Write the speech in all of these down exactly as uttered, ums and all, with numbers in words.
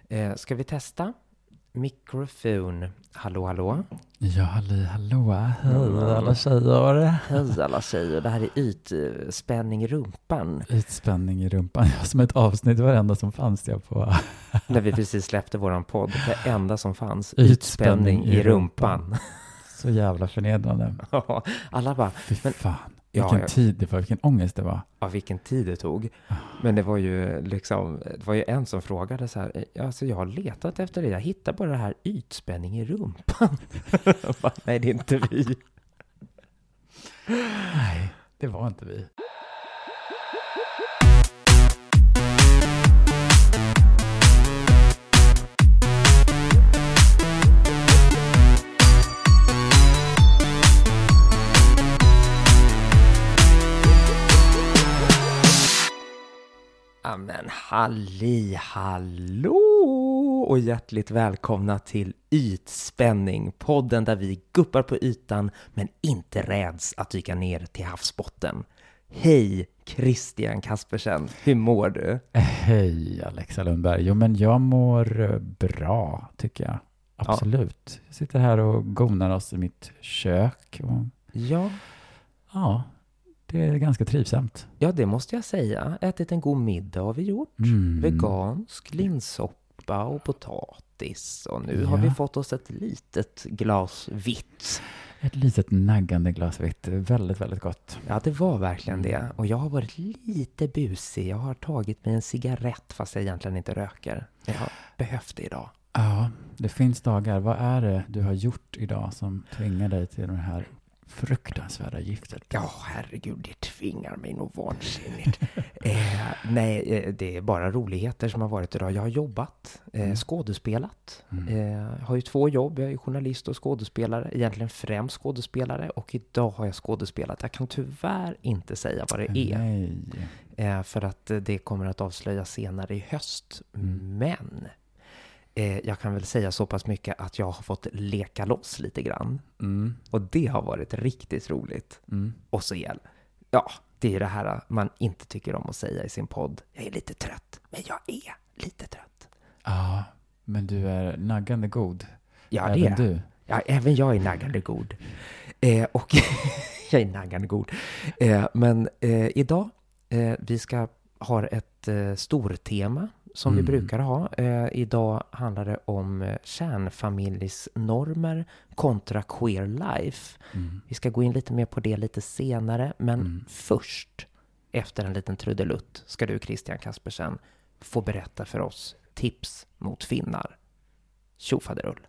Eh, ska vi testa? Mikrofon. Hallå, hallå. Ja, halli, hallå. Hej alla tjejer. Hej alla tjejer. Det här är ytspänning i rumpan. Ytspänning i rumpan. Ja, som ett avsnitt var det enda som fanns jag på. När vi precis släppte våran podd. Det enda som fanns. Ytspänning, ytspänning i rumpan. rumpan. Så jävla förnedrande. Ja, alla bara. Fy men, fan. Ja, vilken jag, tid det var. Vilken ångest det var. Ja, vilken tid det tog. Men det var ju liksom, det var ju en som frågade så här, alltså jag har letat efter det, jag hittar bara det här ytspänning i rumpan. bara, nej, det är inte vi. Nej, det var inte vi. Amen, halli, hallå och hjärtligt välkomna till Ytspänning, podden där vi guppar på ytan men inte räds att dyka ner till havsbotten. Hej Christian Kaspersen, hur mår du? Hej Alexa Lundberg, jo men jag mår bra tycker jag, absolut. Ja. Jag sitter här och gonar oss i mitt kök. Och... Ja. Ja. Det är ganska trivsamt. Ja, det måste jag säga. Ätit en god middag har vi gjort. Mm. Vegansk linssoppa och potatis. Och nu ja. har vi fått oss ett litet glas vitt. Ett litet naggande glas vitt. Väldigt, väldigt gott. Ja, det var verkligen det. Och jag har varit lite busig. Jag har tagit mig en cigarett fast jag egentligen inte röker. Jag har behövt det idag. Ja, det finns dagar. Vad är det du har gjort idag som tvingar dig till den här fruktansvärda giftet? Ja, herregud, det tvingar mig nog vansinnigt. eh, nej, det är bara roligheter som har varit idag. Jag har jobbat, eh, skådespelat. Mm. Eh, har ju två jobb. Jag är journalist och skådespelare. Egentligen främst skådespelare. Och idag har jag skådespelat. Jag kan tyvärr inte säga vad det är. Nej. Eh, för att det kommer att avslöjas senare i höst. Mm. Men... jag kan väl säga så pass mycket att jag har fått leka loss lite grann. Mm. Och det har varit riktigt roligt. Mm. Och så igen. Ja, det är det här man inte tycker om att säga i sin podd. Jag är lite trött, men jag är lite trött. Ja, men du är naggande god. Ja, även det är du. Ja, även jag är naggande god. Eh, och jag är naggande god. Eh, men eh, idag, eh, vi ska ha ett eh, stortema. Som mm. vi brukar ha. Eh, idag handlar det om eh, kärnfamiljsnormer kontra queer life. Mm. Vi ska gå in lite mer på det lite senare. Men mm. först, efter en liten trudelutt, ska du Christian Kaspersen få berätta för oss tips mot finnar. Tjofaderull.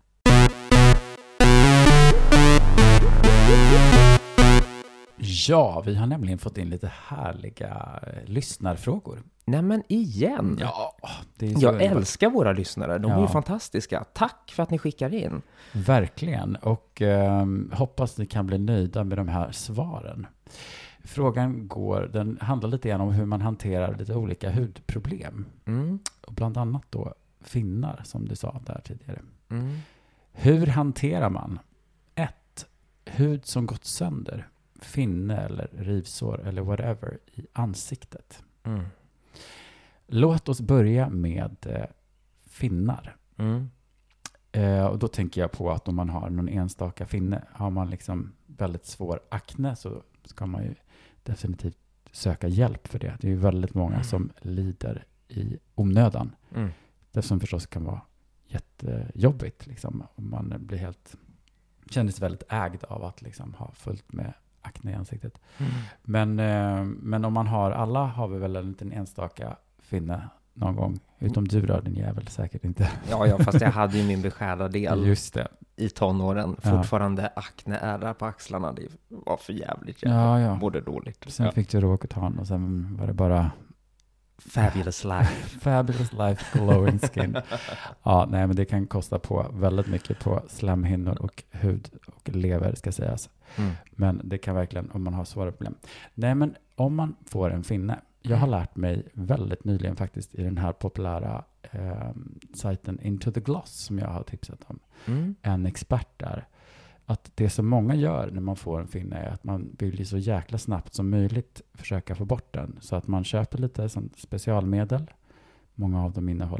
Ja, vi har nämligen fått in lite härliga lyssnarfrågor. Nej men igen. Ja, det är så jag älskar våra lyssnare. De ja. är ju fantastiska. Tack för att ni skickar in. Verkligen. Och eh, hoppas ni kan bli nöjda med de här svaren. Frågan går, den handlar lite grann om hur man hanterar lite olika hudproblem. Mm. Och bland annat då finnar, som du sa där tidigare. Mm. Hur hanterar man ett hud som gått sönder, finne eller rivsår eller whatever i ansiktet? Mm. Låt oss börja med eh, finnar. Mm. Eh, och då tänker jag på att om man har någon enstaka finne, har man liksom väldigt svår akne, så ska man ju definitivt söka hjälp för det. Det är ju väldigt många mm. som lider i onödan. Mm. Det som förstås kan vara jättejobbigt. Liksom, om man blir helt, känner sig väldigt ägd av att liksom ha fullt med akne i ansiktet. Mm. Men, eh, men om man har, alla har vi väl en liten enstaka finne någon gång. Utom du då, din jävel säkert inte. Ja, ja, fast jag hade ju min beskärda del. Just det. I tonåren. Fortfarande ja. akneärar på axlarna. Det var för jävligt. Ja, ja. Både dåligt. Sen ja. fick du Roacutan och sen var det bara... Fabulous life. Fabulous life, glowing skin. Ja, nej, men det kan kosta på väldigt mycket på slemhinnor och hud och lever, ska sägas. Mm. Men det kan verkligen, om man har svåra problem. Nej, men om man får en finne. Jag har lärt mig väldigt nyligen faktiskt i den här populära eh, sajten Into the Gloss som jag har tipsat om. Mm. En expert där. Att det som många gör när man får en finne är att man vill så jäkla snabbt som möjligt försöka få bort den. Så att man köper lite sånt specialmedel. Många av dem innehåller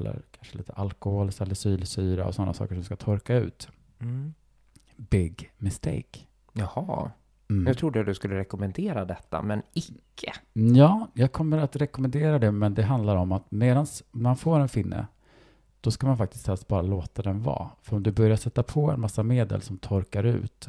kanske lite alkohol, salicylsyra och sådana saker som ska torka ut. Mm. Big mistake. Jaha. Mm. Jag trodde att du skulle rekommendera detta, men icke. Ja, jag kommer att rekommendera det, men det handlar om att medan man får en finne, då ska man faktiskt helst bara låta den vara. För om du börjar sätta på en massa medel som torkar ut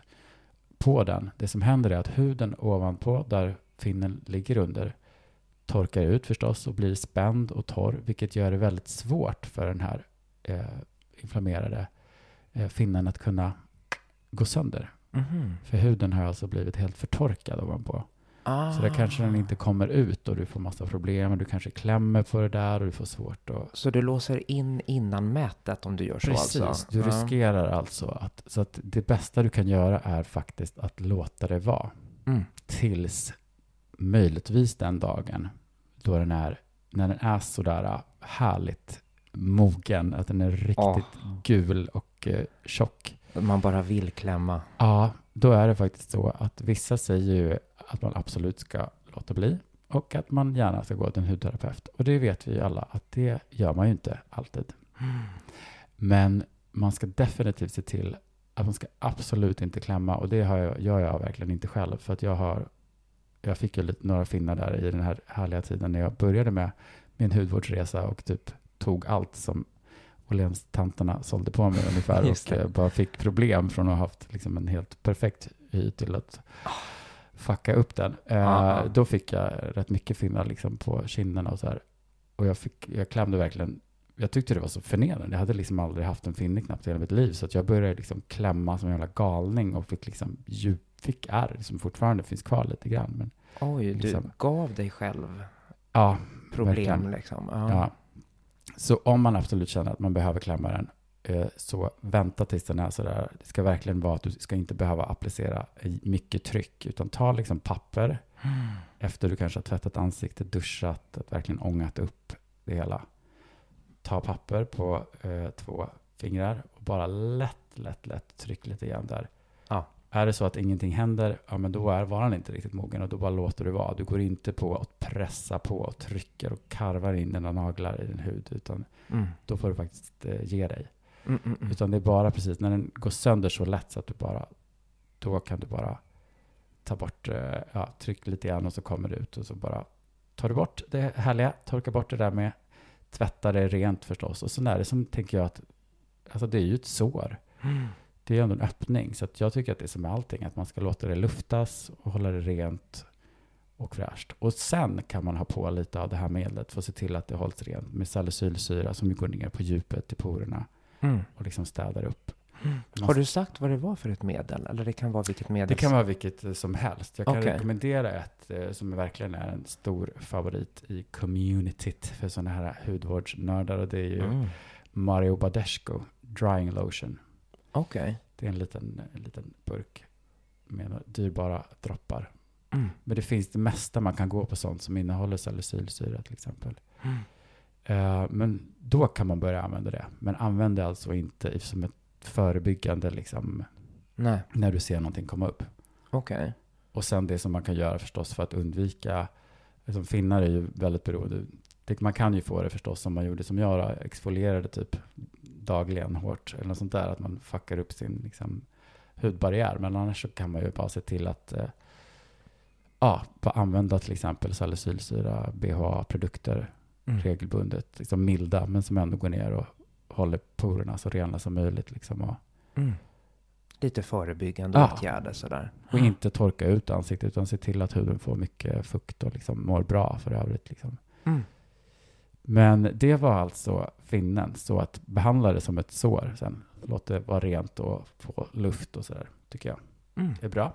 på den, det som händer är att huden ovanpå, där finnen ligger under, torkar ut förstås och blir spänd och torr, vilket gör det väldigt svårt för den här eh, inflammerade eh, finnen att kunna gå sönder. Mm-hmm. För huden har alltså blivit helt förtorkad ovanpå. Ah. Så där kanske den inte kommer ut och du får massa problem och du kanske klämmer på det där och du får svårt att... Så du låser in innan mätet om du gör så? Precis, alltså? du ja. riskerar alltså att... Så att det bästa du kan göra är faktiskt att låta det vara. Mm. Tills möjligtvis den dagen då den är, när den är sådär härligt mogen, att den är riktigt oh. gul och eh, tjock. Man bara vill klämma. Ja, då är det faktiskt så att vissa säger ju att man absolut ska låta bli och att man gärna ska gå till en hudterapeut. Och det vet vi ju alla att det gör man ju inte alltid. Mm. Men man ska definitivt se till att man ska absolut inte klämma, och det har jag, gör jag verkligen inte själv, för att jag har jag fick ju lite, några finnar där i den här härliga tiden när jag började med min hudvårdsresa och typ tog allt som Åhléns-tanterna sålde på mig ungefär och bara fick problem från att ha haft liksom en helt perfekt hy till att fucka upp den. Eh, då fick jag rätt mycket finnar liksom på kinderna och så här. Och jag, fick, jag klämde verkligen, jag tyckte det var så förnedrande. Jag hade liksom aldrig haft en finne knappt i hela mitt liv, så att jag började liksom klämma som en jävla galning och fick liksom djup, fick ärr som fortfarande finns kvar lite grann. Men oj, liksom, du gav dig själv ja, problem verkligen. liksom. Ja. Ja. Så om man absolut känner att man behöver klämma den, eh, så vänta tills den är sådär. Det ska verkligen vara att du ska inte behöva applicera mycket tryck, utan ta liksom papper mm. efter du kanske har tvättat ansiktet, duschat, att verkligen ångat upp det hela. Ta papper på eh, två fingrar och bara lätt, lätt, lätt tryck lite grann där. Ja. Är det så att ingenting händer, ja men då är, var den inte riktigt mogen och då bara låter du vara. Du går inte på att pressa på och trycker och karvar in dina naglar i din hud, utan mm. då får du faktiskt eh, ge dig. Mm, mm, mm. Utan det är bara precis när den går sönder så lätt så att du bara, då kan du bara ta bort, eh, ja, tryck lite grann och så kommer det ut och så bara tar du bort det härliga, torkar bort det där med, tvättar det rent förstås. Och så är det som, tänker jag, att alltså det är ju ett sår. Mm. Det är ändå en öppning, så att jag tycker att det är som med allting, att man ska låta det luftas och hålla det rent och fräscht. Och sen kan man ha på lite av det här medlet för att se till att det hålls rent med salicylsyra som går ner på djupet i porerna mm. och liksom städar upp. Mm. Har du sagt vad det var för ett medel? Eller det kan vara vilket medel? Det kan vara vilket som helst. Jag kan okay. rekommendera ett eh, som verkligen är en stor favorit i communityt för sådana här hudvårdsnördar, och det är ju mm. Mario Badescu Drying Lotion. Okej. Okay. Det är en liten, en liten burk med dyrbara droppar. Mm. Men det finns det mesta man kan gå på sånt som innehåller salicylsyra till exempel. Mm. Uh, men då kan man börja använda det. Men använd det alltså inte som ett förebyggande liksom, nej. När du ser någonting komma upp. Okej. Okay. Och sen det som man kan göra förstås för att undvika, liksom finnar är ju väldigt beroende. Det, man kan ju få det förstås som man gjorde som jag, exfolierade typ dagligen hårt eller något sånt där, att man fuckar upp sin liksom, hudbarriär. Men annars så kan man ju bara se till att eh, ja, bara använda till exempel salicylsyra, B H A-produkter mm. regelbundet, liksom milda, men som ändå går ner och håller porerna så rena som möjligt. Liksom, och, mm. Lite förebyggande ja. åtgärder sådär. Och inte torka ut ansiktet, utan se till att huden får mycket fukt och liksom mår bra för övrigt. Liksom. Mm. Men det var alltså finnen, så att behandla det som ett sår sen. Låt det vara rent och få luft och sådär, tycker jag. Mm. Det är bra.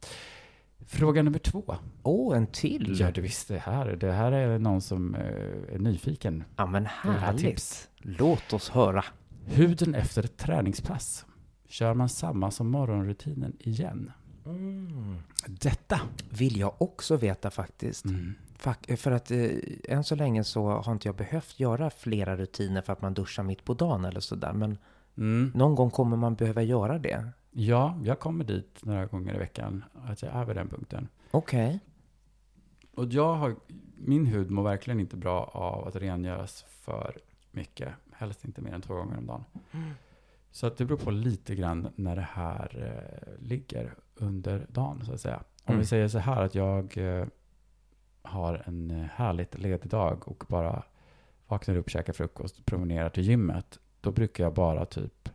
Fråga nummer två. Åh, oh, en till. Ja, du visste det här. Det här är någon som är nyfiken. Ja, men härligt. Låt oss höra. Huden efter ett träningspass. Kör man samma som morgonrutinen igen? Mm. Detta vill jag också veta faktiskt. Mm. För att eh, än så länge så har inte jag behövt göra flera rutiner för att man duschar mitt på dagen eller sådär. Men mm. någon gång kommer man behöva göra det. Ja, jag kommer dit några gånger i veckan att jag är vid den punkten. Okej. Okay. Och jag har, min hud mår verkligen inte bra av att rengöras för mycket. Helst inte mer än två gånger om dagen. Mm. Så att det beror på lite grann när det här eh, ligger under dagen, så att säga. Om mm. vi säger så här att jag eh, har en härligt ledig dag och bara vaknar upp, käkar frukost och promenerar till gymmet. Då brukar jag bara typ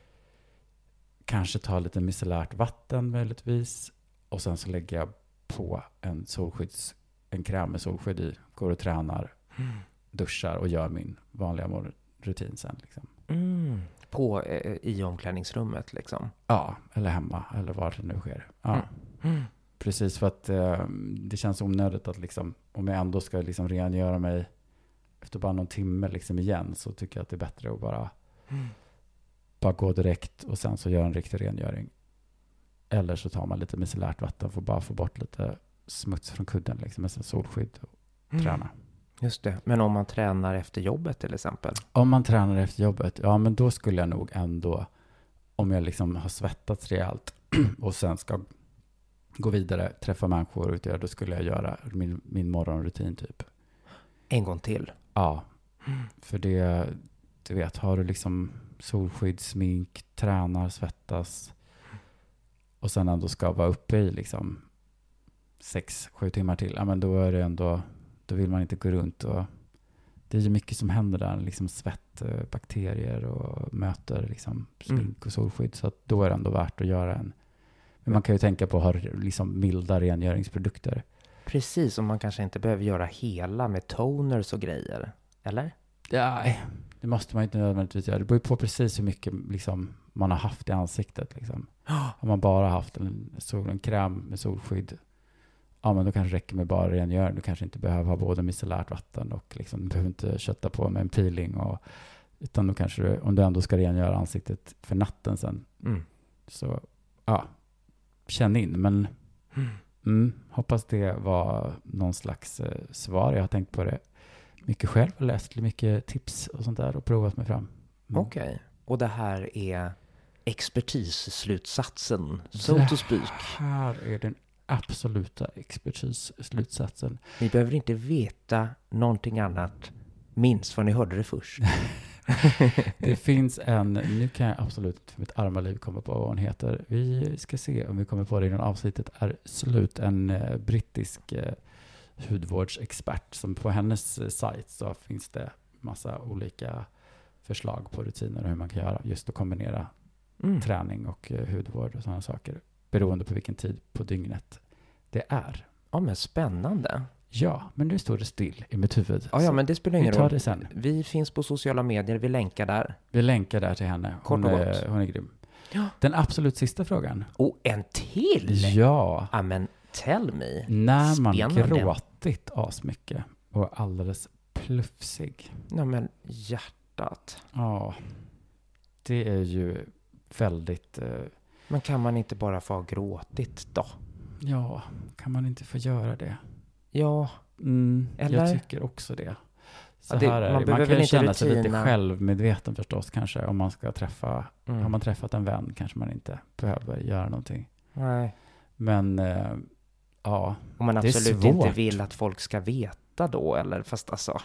kanske ta lite micellärt vatten möjligtvis. Och sen så lägger jag på en solskydds, en kräm med solskydd i. Går och tränar, mm. duschar och gör min vanliga morgonrutin sen. Liksom. Mm. På, eh, i omklädningsrummet liksom? Ja, eller hemma, eller var det nu sker. Ja. Mm. Mm. Precis, för att eh, det känns onödigt att liksom, om jag ändå ska liksom rengöra mig efter bara någon timme liksom igen, så tycker jag att det är bättre att bara, mm. bara gå direkt och sen så göra en riktig rengöring. Eller så tar man lite micellärt vatten för att bara få bort lite smuts från kudden liksom, med solskydd och mm. träna. Just det. Men om man tränar efter jobbet till exempel? Om man tränar efter jobbet, ja men då skulle jag nog ändå, om jag liksom har svettats rejält och sen ska gå vidare, träffa människor och göra, då skulle jag göra min, min morgonrutin typ. En gång till? Ja, mm. för det, du vet, har du liksom solskydd, smink, tränar, svettas och sen ändå ska vara uppe i liksom sex, sju timmar till, ja men då är det ändå, då vill man inte gå runt och det är ju mycket som händer där, liksom svett, bakterier och möter liksom smink mm. och solskydd, så att då är det ändå värt att göra en. Men man kan ju tänka på att ha liksom milda rengöringsprodukter. Precis, och man kanske inte behöver göra hela med toners och grejer, eller? Nej, det måste man inte nödvändigtvis göra. Det beror på precis hur mycket liksom, man har haft i ansiktet. Liksom. Har man bara haft en, sol, en kräm med solskydd, ja men då kanske det räcker med bara rengöring. Du kanske inte behöver ha både micellärt vatten och liksom, du behöver inte kötta på med en peeling. Och, utan då kanske du, om du ändå ska rengöra ansiktet för natten sen, mm. så ja, känn in. Men mm. Mm, hoppas det var någon slags eh, svar. Jag har tänkt på det mycket själv och läst mycket tips och sånt där och provat mig fram. Mm. Okej, okay. Och det här är expertisslutsatsen, so to speak. Det här är den absoluta expertisslutsatsen. Ni behöver inte veta någonting annat, minst vad ni hörde det först. Det finns en, nu kan jag absolut för mitt arma liv komma på vad hon heter. Vi ska se om vi kommer på det innan avsnittet är slut. En eh, brittisk eh, hudvårdsexpert som på hennes eh, sajt så finns det massa olika förslag på rutiner och hur man kan göra just att kombinera mm. träning och eh, hudvård och sådana saker beroende på vilken tid på dygnet det är. Ja, men spännande. Ja, men nu står det still i mitt huvud. Ja, ja, men det spelar ingen roll. Vi tar det sen. Vi finns på sociala medier, vi länkar där. Vi länkar där till henne. Hon, är, hon är grym. Ja. Den absolut sista frågan. Och en till? Ja. Ja, men tell me. När man Spännande. gråtit asmycket och alldeles plufsig. Ja, men hjärtat. Ja, det är ju väldigt... Uh... Men kan man inte bara få ha gråtit då? Ja, kan man inte få göra det? Ja, mm, eller? Jag tycker också det. Så ja, det, här är man, man kan ju känna sig rutina. lite självmedveten förstås kanske om man ska träffa, mm. har man träffat en vän kanske man inte behöver göra någonting. Nej. Men äh, ja, om man absolut inte vill att folk ska veta då, eller fast alltså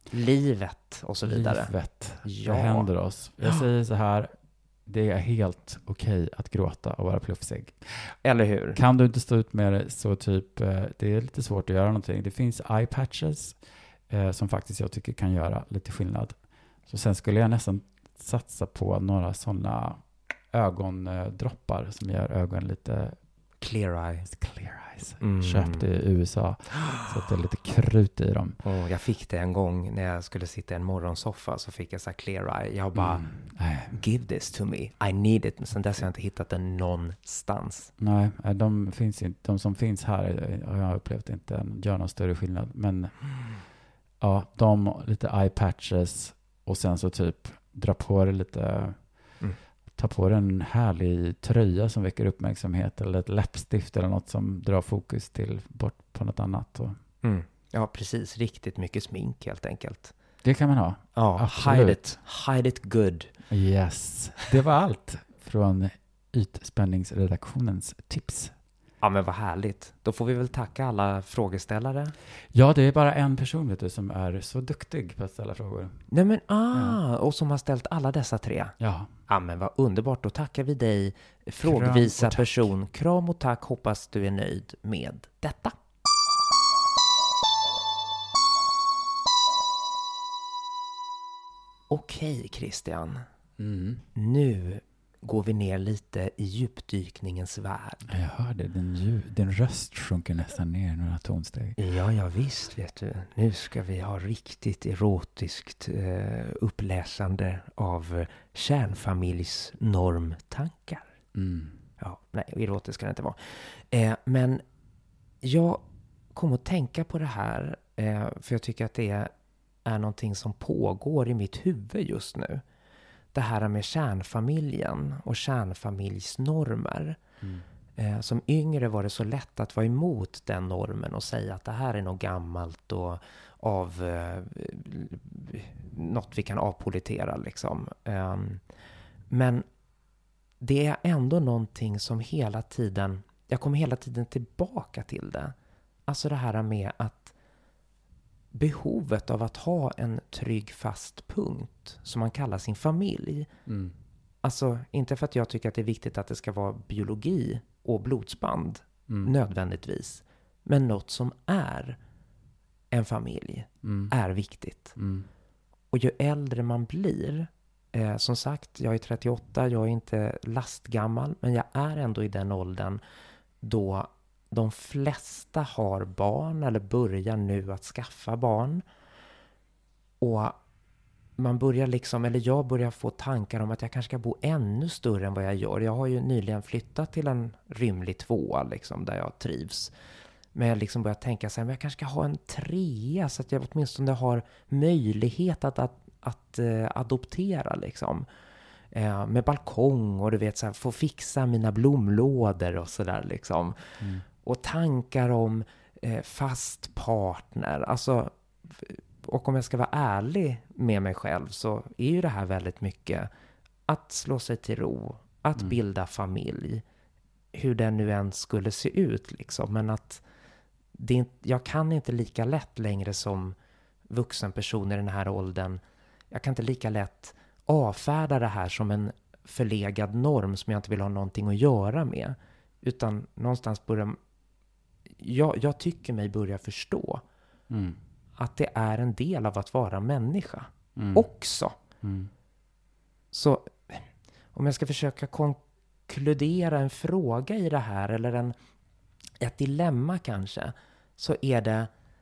livet och så vidare. Livet, ja. Det händer oss. Jag säger så här, det är helt okej okay att gråta och vara plufsig. Eller hur? Kan du inte stå ut med det så typ, det är lite svårt att göra någonting. Det finns eye patches eh, som faktiskt jag tycker kan göra lite skillnad. Så sen skulle jag nästan satsa på några sådana ögondroppar som gör ögonen lite clear eyes. Clear eyes. Mm. Köpte i U S A så att det är lite krut i dem. Oh, jag fick det en gång när jag skulle sitta i en morgonsoffa, så fick jag så här clear eye. Jag bara, mm. give this to me. I need it. Men sen dess har jag inte hittat den någonstans. Nej, de, finns inte, de som finns här har jag upplevt inte gör någon större skillnad. Men mm. ja, de lite eye patches och sen så typ dra på det lite... Mm. Ta på en härlig tröja som väcker uppmärksamhet eller ett läppstift eller något som drar fokus till bort på något annat. Och... Mm. Ja, precis. Riktigt mycket smink helt enkelt. Det kan man ha. Ja, Absolut. hide it. Hide it good. Yes. Det var allt från Ytspänningsredaktionens tips. Ja, men vad härligt. Då får vi väl tacka alla frågeställare. Ja, det är bara en person vet du, som är så duktig på att ställa frågor. Nej men, ah, ja. Och som har ställt alla dessa tre. Ja. Ja, men vad underbart. Då tackar vi dig, frågvisa person. Kram och tack. Hoppas du är nöjd med detta. Okej, Christian. Mm. Nu går vi ner lite i djupdykningens värld. Jag hör det. Din, ljud, din röst sjunker nästan ner några tonsteg. Ja, ja visst vet du. Nu ska vi ha riktigt erotiskt eh, uppläsande av kärnfamiljsnormtankar. Mm. Ja, nej, erotiskt kan det inte vara. Eh, men jag kom att tänka på det här eh, för jag tycker att det är, är någonting som pågår i mitt huvud just nu. Det här med kärnfamiljen och kärnfamiljsnormer. Mm. Eh, som yngre var det så lätt att vara emot den normen och säga att det här är något gammalt och av eh, något vi kan avpolitera liksom. Eh, men det är ändå någonting som hela tiden, jag kommer hela tiden tillbaka till det. Alltså det här med att behovet av att ha en trygg fast punkt som man kallar sin familj. Mm. Alltså inte för att jag tycker att det är viktigt att det ska vara biologi och blodsband mm. nödvändigtvis. Men något som är en familj mm. är viktigt. Mm. Och ju äldre man blir, eh, som sagt, jag är trettioåtta, jag är inte lastgammal, men jag är ändå i den åldern då de flesta har barn eller börjar nu att skaffa barn. Och man börjar liksom, eller jag börjar få tankar om att jag kanske ska bo ännu större än vad jag gör. Jag har ju nyligen flyttat till en rymlig tvåa liksom, där jag trivs. Men jag liksom börjar tänka så här, men jag kanske ska ha en trea så att jag åtminstone har möjlighet att, att, att uh, adoptera liksom. Uh, med balkong och du vet så här, få fixa mina blomlådor och sådär liksom. Mm. Och tankar om eh, fast partner. Alltså, och om jag ska vara ärlig med mig själv så är ju det här väldigt mycket att slå sig till ro. Att mm. bilda familj. Hur den nu än skulle se ut liksom. Men att det, jag kan inte lika lätt längre som vuxen person i den här åldern. Jag kan inte lika lätt avfärda det här som en förlegad norm som jag inte vill ha någonting att göra med. Utan någonstans börjar Jag, jag tycker mig börja förstå mm. att det är en del av att vara människa mm. också. Mm. Så om jag ska försöka konkludera en fråga i det här eller en, ett dilemma kanske, så är det,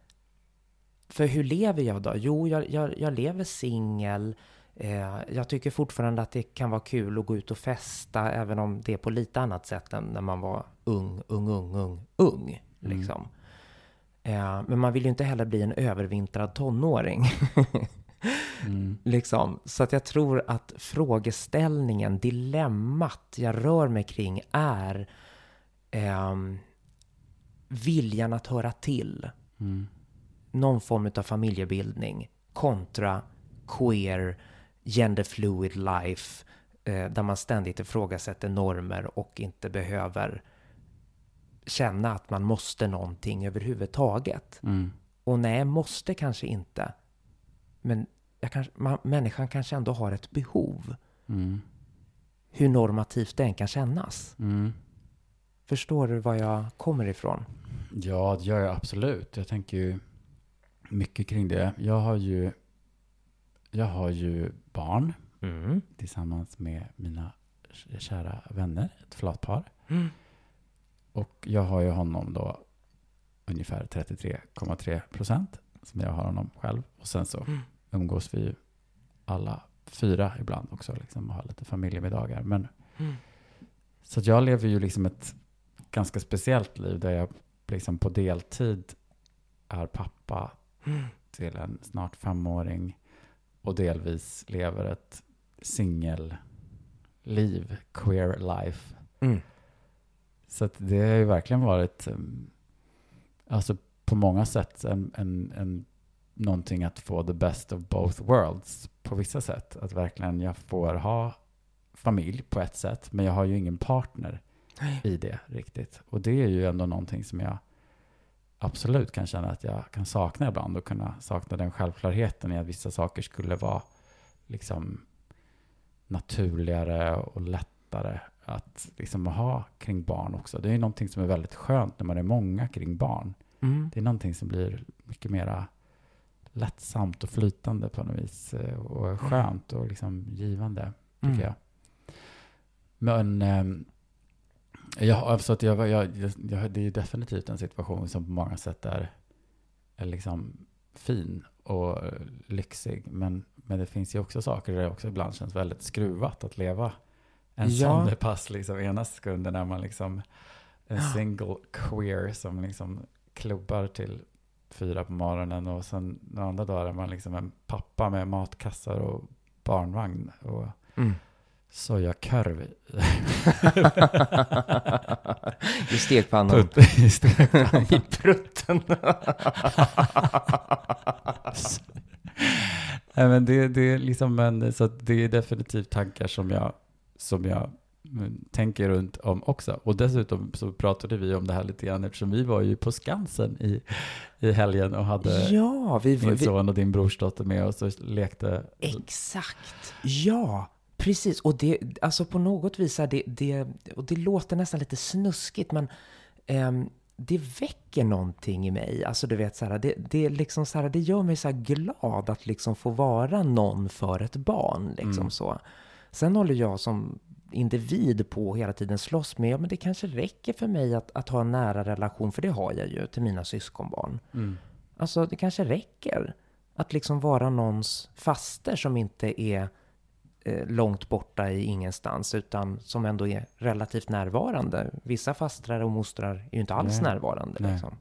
för hur lever jag då? Jo, jag, jag, jag lever singel. Eh, jag tycker fortfarande att det kan vara kul att gå ut och festa, även om det är på lite annat sätt än när man var ung, ung, ung, ung, ung. Liksom. Mm. Eh, men man vill ju inte heller bli en övervintrad tonåring. mm. liksom. Så att jag tror att frågeställningen, dilemmat jag rör mig kring är eh, viljan att höra till. Mm. Någon form av familjebildning kontra queer, genderfluid life eh, där man ständigt ifrågasätter normer och inte behöver känna att man måste någonting överhuvudtaget. Mm. Och nej, måste kanske inte. Men jag kanske, man, människan kanske ändå har ett behov. Mm. Hur normativt det än kan kännas. Mm. Förstår du var jag kommer ifrån? Ja, det gör jag absolut. Jag tänker ju mycket kring det. Jag har ju, jag har ju barn mm. tillsammans med mina kära vänner, ett flatpar. Mm. Och jag har ju honom då ungefär trettiotre komma tre procent som jag har honom själv. Och sen så mm. umgås vi alla fyra ibland också liksom, och har lite familjemiddagar. Men, mm. så att jag lever ju liksom ett ganska speciellt liv där jag liksom på deltid är pappa mm. till en snart femåring och delvis lever ett singelliv, queer life. Mm. Så att det har ju verkligen varit alltså på många sätt en, en, en, någonting att få the best of both worlds på vissa sätt. Att verkligen jag får ha familj på ett sätt, men jag har ju ingen partner. i det riktigt. Och det är ju ändå någonting som jag absolut kan känna att jag kan sakna ibland och kunna sakna den självklarheten i att vissa saker skulle vara liksom naturligare och lättare att liksom ha kring barn också. Det är ju någonting som är väldigt skönt när man är många kring barn. Mm. Det är någonting som blir mycket mera lättsamt och flytande på något vis och skönt och liksom givande, tycker mm. jag. Men ähm, jag, alltså att jag, jag, jag, det är definitivt en situation som på många sätt är, är liksom fin och lyxig. Men, men det finns ju också saker där det också ibland känns väldigt skruvat att leva en ja. sån pass liksom ena sekunden när man liksom en single queer som liksom klubbar till fyra på morgonen och sen några andra dagar är man liksom en pappa med matkassar och barnvagn och mm. sojakorv i stekpannan. Putt, i stekpannan. I prutten. Nej, men det, det är liksom en, så att det är definitivt tankar som jag som jag tänker runt om också. Och dessutom så pratade vi om det här lite grann eftersom vi var ju på Skansen i, i helgen och hade ja, vi, min vi, son och din brorsdotter med oss och lekte. Exakt, ja. Precis, och det, alltså på något vis är det, det, och det låter nästan lite snuskigt, men um, det väcker någonting i mig. Alltså du vet så här, det, det, liksom så här, det gör mig så här glad att liksom få vara någon för ett barn. Liksom mm. så. Sen håller jag som individ på hela tiden slåss med, ja, men det kanske räcker för mig att, att ha en nära relation, för det har jag ju till mina syskonbarn. Mm. Alltså det kanske räcker att liksom vara någons faster som inte är eh, långt borta i ingenstans, utan som ändå är relativt närvarande. Vissa fastrar och mostrar är ju inte alls Nej. närvarande. Liksom.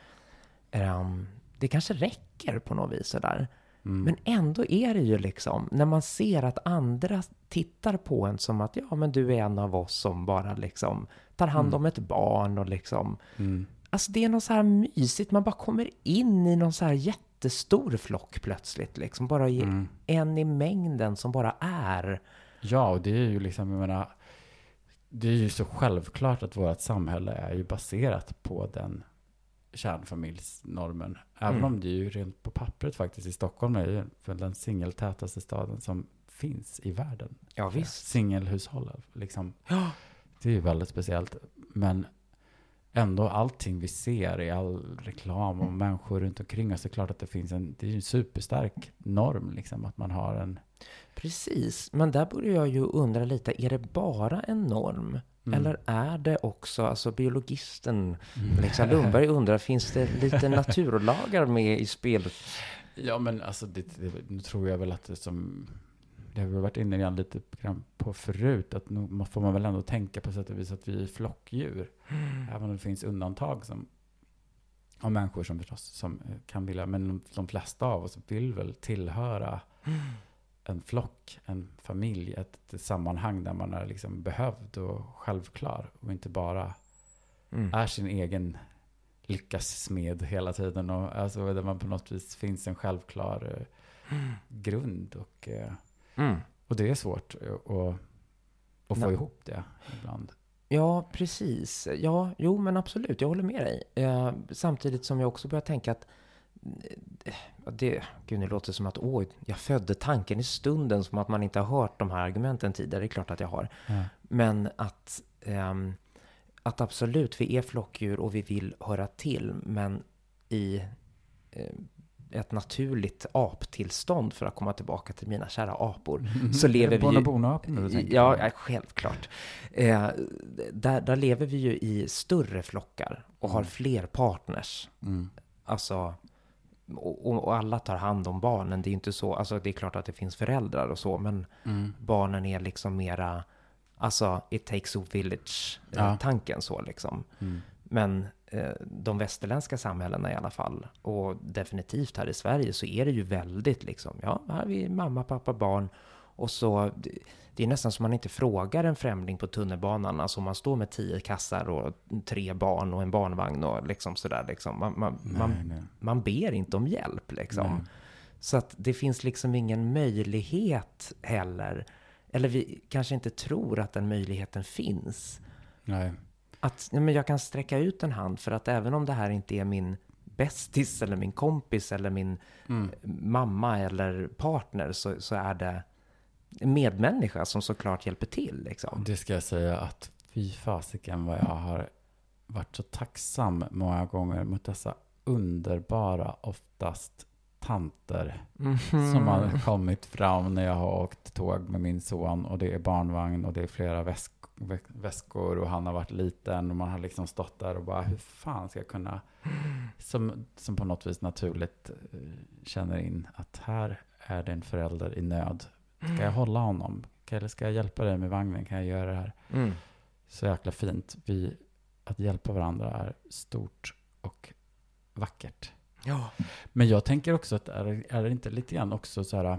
Um, det kanske räcker på något vis där. Mm. Men ändå är det ju liksom, när man ser att andra tittar på en som att ja, men du är en av oss som bara liksom tar hand om mm. ett barn och liksom, mm. alltså det är något så här mysigt, man bara kommer in i någon så här jättestor flock plötsligt liksom, bara i, mm. en i mängden som bara är. Ja, och det är ju liksom, jag menar, det är ju så självklart att vårt samhälle är ju baserat på den kärnfamiljsnormen. Även mm. om det är ju rent på pappret faktiskt i Stockholm är ju den singeltätaste staden som finns i världen. Ja, visst. Singelhushåll liksom. Ja. Det är ju väldigt speciellt. Men ändå allting vi ser i all reklam och människor runt omkring oss, är klart att det finns en, det är en superstark norm liksom, att man har en. Precis, men där borde jag ju undra lite, är det bara en norm? Mm. Eller är det också, alltså biologisten mm. Alexa Lundberg undrar, finns det lite naturlagar med i spelet? Ja, men alltså det, det, nu tror jag väl att det som, det har vi varit inne igen lite på förut, att nu får man väl ändå tänka på sätt och vis att vi är flockdjur. Mm. Även om det finns undantag som, av människor som förstås som kan vilja, men de, de flesta av oss vill väl tillhöra mm. en flock, en familj, ett, ett sammanhang där man är liksom behövd och självklar och inte bara mm. är sin egen lyckas smed hela tiden, och alltså där man på något vis finns en självklar mm. grund och, mm. och det är svårt att, att få ihop det ibland. Ja, precis. Ja, jo men absolut, jag håller med dig. Eh, samtidigt som jag också börjar tänka att det, gud, det låter som att åh, jag födde tanken i stunden, som att man inte har hört de här argumenten tidigare. Det är klart att jag har. Mm. Men att, um, att absolut, vi är flockdjur och vi vill höra till, men i uh, ett naturligt aptillstånd, för att komma tillbaka till mina kära apor, mm. så lever vi ju... Bonobo-aporna, ja, ja, självklart. Uh, där, där lever vi ju i större flockar och mm. har fler partners. Mm. Alltså... Och, och alla tar hand om barnen. Det är inte så, alltså det är klart att det finns föräldrar och så, men mm. barnen är liksom mera, alltså it takes a village ja. tanken så liksom. Mm. Men eh, de västerländska samhällena i alla fall, och definitivt här i Sverige, så är det ju väldigt liksom, ja, här är vi mamma, pappa, barn, och så det, det är nästan som man inte frågar en främling på tunnelbanan, alltså man står med tio kassar och tre barn och en barnvagn och liksom sådär liksom, man, man, nej, man, nej. man ber inte om hjälp liksom. Nej. Så att det finns liksom ingen möjlighet heller, eller vi kanske inte tror att den möjligheten finns. Nej. Att ja, men jag kan sträcka ut en hand, för att även om det här inte är min bästis eller min kompis eller min mm. mamma eller partner, så, så är det en medmänniska som såklart hjälper till. Liksom. Det ska jag säga att fy fasiken vad jag har varit så tacksam många gånger mot dessa underbara, oftast tanter mm-hmm. som har kommit fram när jag har åkt tåg med min son, och det är barnvagn och det är flera väsk, väskor och han har varit liten och man har liksom stått där och bara, hur fan ska jag kunna som, som på något vis naturligt känner in att här är det en förälder i nöd. Ska jag hålla honom? Eller ska jag hjälpa dig med vagnen? Kan jag göra det här? Mm. Så jäkla fint. Vi, att hjälpa varandra är stort och vackert. Ja. Men jag tänker också att är, är det inte lite grann också så här,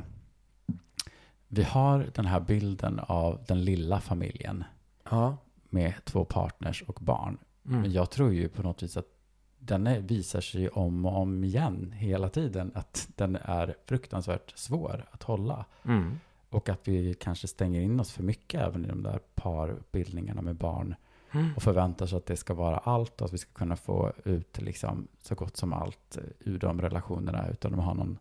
vi har den här bilden av den lilla familjen ja. med två partners och barn. Mm. Men jag tror ju på något vis att den är, visar sig om och om igen hela tiden att den är fruktansvärt svår att hålla. Mm. Och att vi kanske stänger in oss för mycket även i de där parbildningarna med barn. Mm. Och förväntar oss att det ska vara allt och att vi ska kunna få ut liksom så gott som allt ur de relationerna utan att ha någon,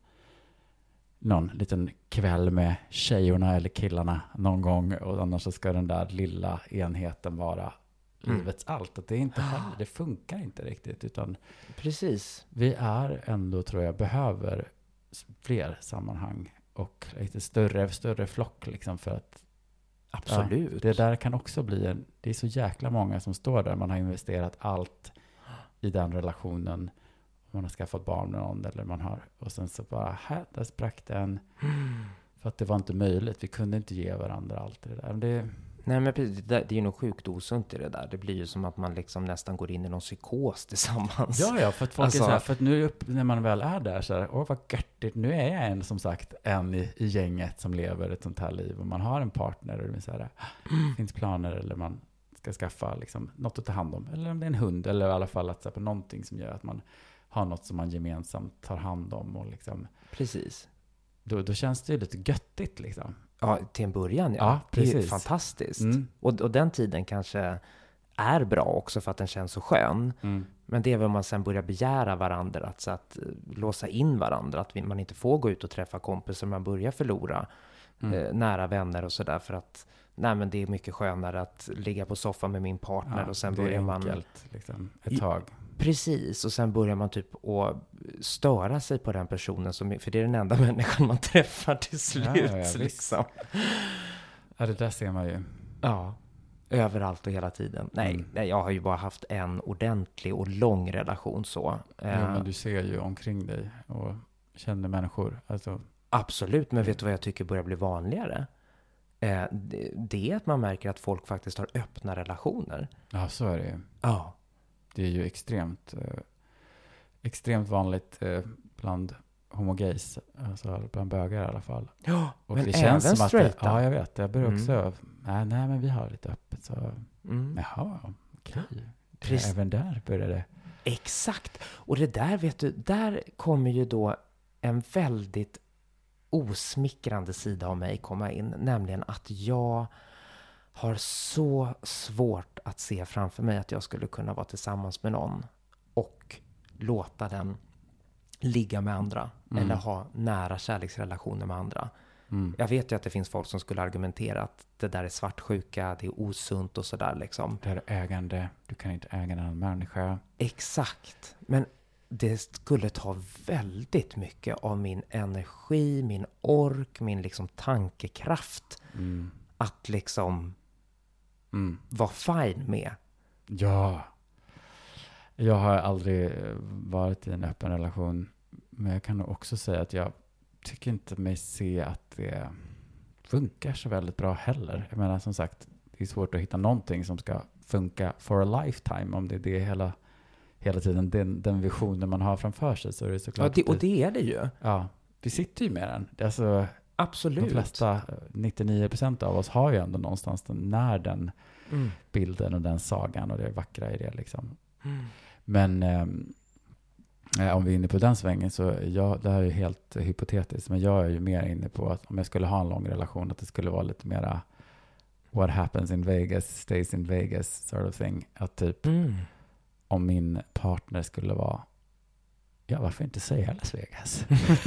någon liten kväll med tjejerna eller killarna någon gång, och annars så ska den där lilla enheten vara mm. livets allt. Att det är inte heller, det funkar inte riktigt, utan precis. Vi är ändå, tror jag, behöver fler sammanhang och lite större, större flock liksom, för att absolut. Ja, det där kan också bli en, det är så jäkla många som står där, man har investerat allt i den relationen, man har skaffat barn med någon eller man har, och sen så bara, här, där sprack den mm. för att det var inte möjligt, vi kunde inte ge varandra allt det där. Det, nej men precis, det, det är ju nog sjukt osunt i det där. Det blir ju som att man liksom nästan går in i någon psykos tillsammans. Ja, ja, för att folk alltså, är så här, för att nu upp, när man väl är där så här, åh vad göttigt, nu är jag en, som sagt, en i, i gänget som lever ett sånt här liv, och man har en partner och det så här, mm. finns planer eller man ska skaffa liksom något att ta hand om, eller om det är en hund, eller i alla fall att så här, på någonting som gör att man har något som man gemensamt tar hand om och liksom. Precis. Då, då känns det ju lite göttigt liksom. Ja, till en början, ja. ja det är ju fantastiskt. Mm. Och, och den tiden kanske är bra också för att den känns så skön. Mm. Men det är väl om man sen börjar begära varandra, att, så att låsa in varandra. Att vi, man inte får gå ut och träffa kompisar, man börjar förlora mm. eh, nära vänner och sådär. För att nej, men det är mycket skönare att ligga på soffan med min partner ja, och sen börjar man... det är enkelt, liksom, ett tag. Precis, och sen börjar man typ att störa sig på den personen, som, för det är den enda människan man träffar till slut. Ja, ja, liksom. Ja, det där ser man ju. Ja, överallt och hela tiden. Nej, mm. nej, jag har ju bara haft en ordentlig och lång relation så. Ja, uh, men du ser ju omkring dig och känner människor. Alltså. Absolut, men vet du vad jag tycker börjar bli vanligare? Uh, det, det är att man märker att folk faktiskt har öppna relationer. Ja, så är det ju. Ja. Det är ju extremt, eh, extremt vanligt eh, bland homogays, alltså bland bögar i alla fall. Ja, och men det även känns som straighta. Att, ja, jag vet. Jag börjar också, mm. nej, nej, men vi har lite öppet. Så, mm. jaha, okej. Okay. Även där börjar det. Exakt. Och det där, vet du, där kommer ju då en väldigt osmickrande sida av mig komma in. Nämligen att jag har så svårt att se framför mig att jag skulle kunna vara tillsammans med någon och låta den ligga med andra mm. eller ha nära kärleksrelationer med andra. Mm. Jag vet ju att det finns folk som skulle argumentera att det där är svartsjuka, det är osunt och sådär liksom. Det är ägande, du kan inte äga en annan människa. Exakt, men det skulle ta väldigt mycket av min energi, min ork, min liksom tankekraft mm. att liksom Mm. var fine med. Ja. Jag har aldrig varit i en öppen relation, men jag kan nog också säga att jag tycker inte mig se att det funkar så väldigt bra heller. Jag menar, som sagt, det är svårt att hitta någonting som ska funka for a lifetime, om det är det hela, hela tiden, den, den visionen man har framför sig, så är det såklart. Ja, det, och det är det ju. Ja, vi sitter ju med den. Det är alltså, absolut. De flesta, nittionio procent av oss har ju ändå någonstans den, när den mm. bilden och den sagan och det vackra i det liksom. Mm. Men eh, om vi är inne på den svängen, så jag, det här är ju helt hypotetiskt, men jag är ju mer inne på att om jag skulle ha en lång relation, att det skulle vara lite mera what happens in Vegas stays in Vegas sort of thing. Att typ Mm. om min partner skulle vara, ja varför inte säga Las Vegas?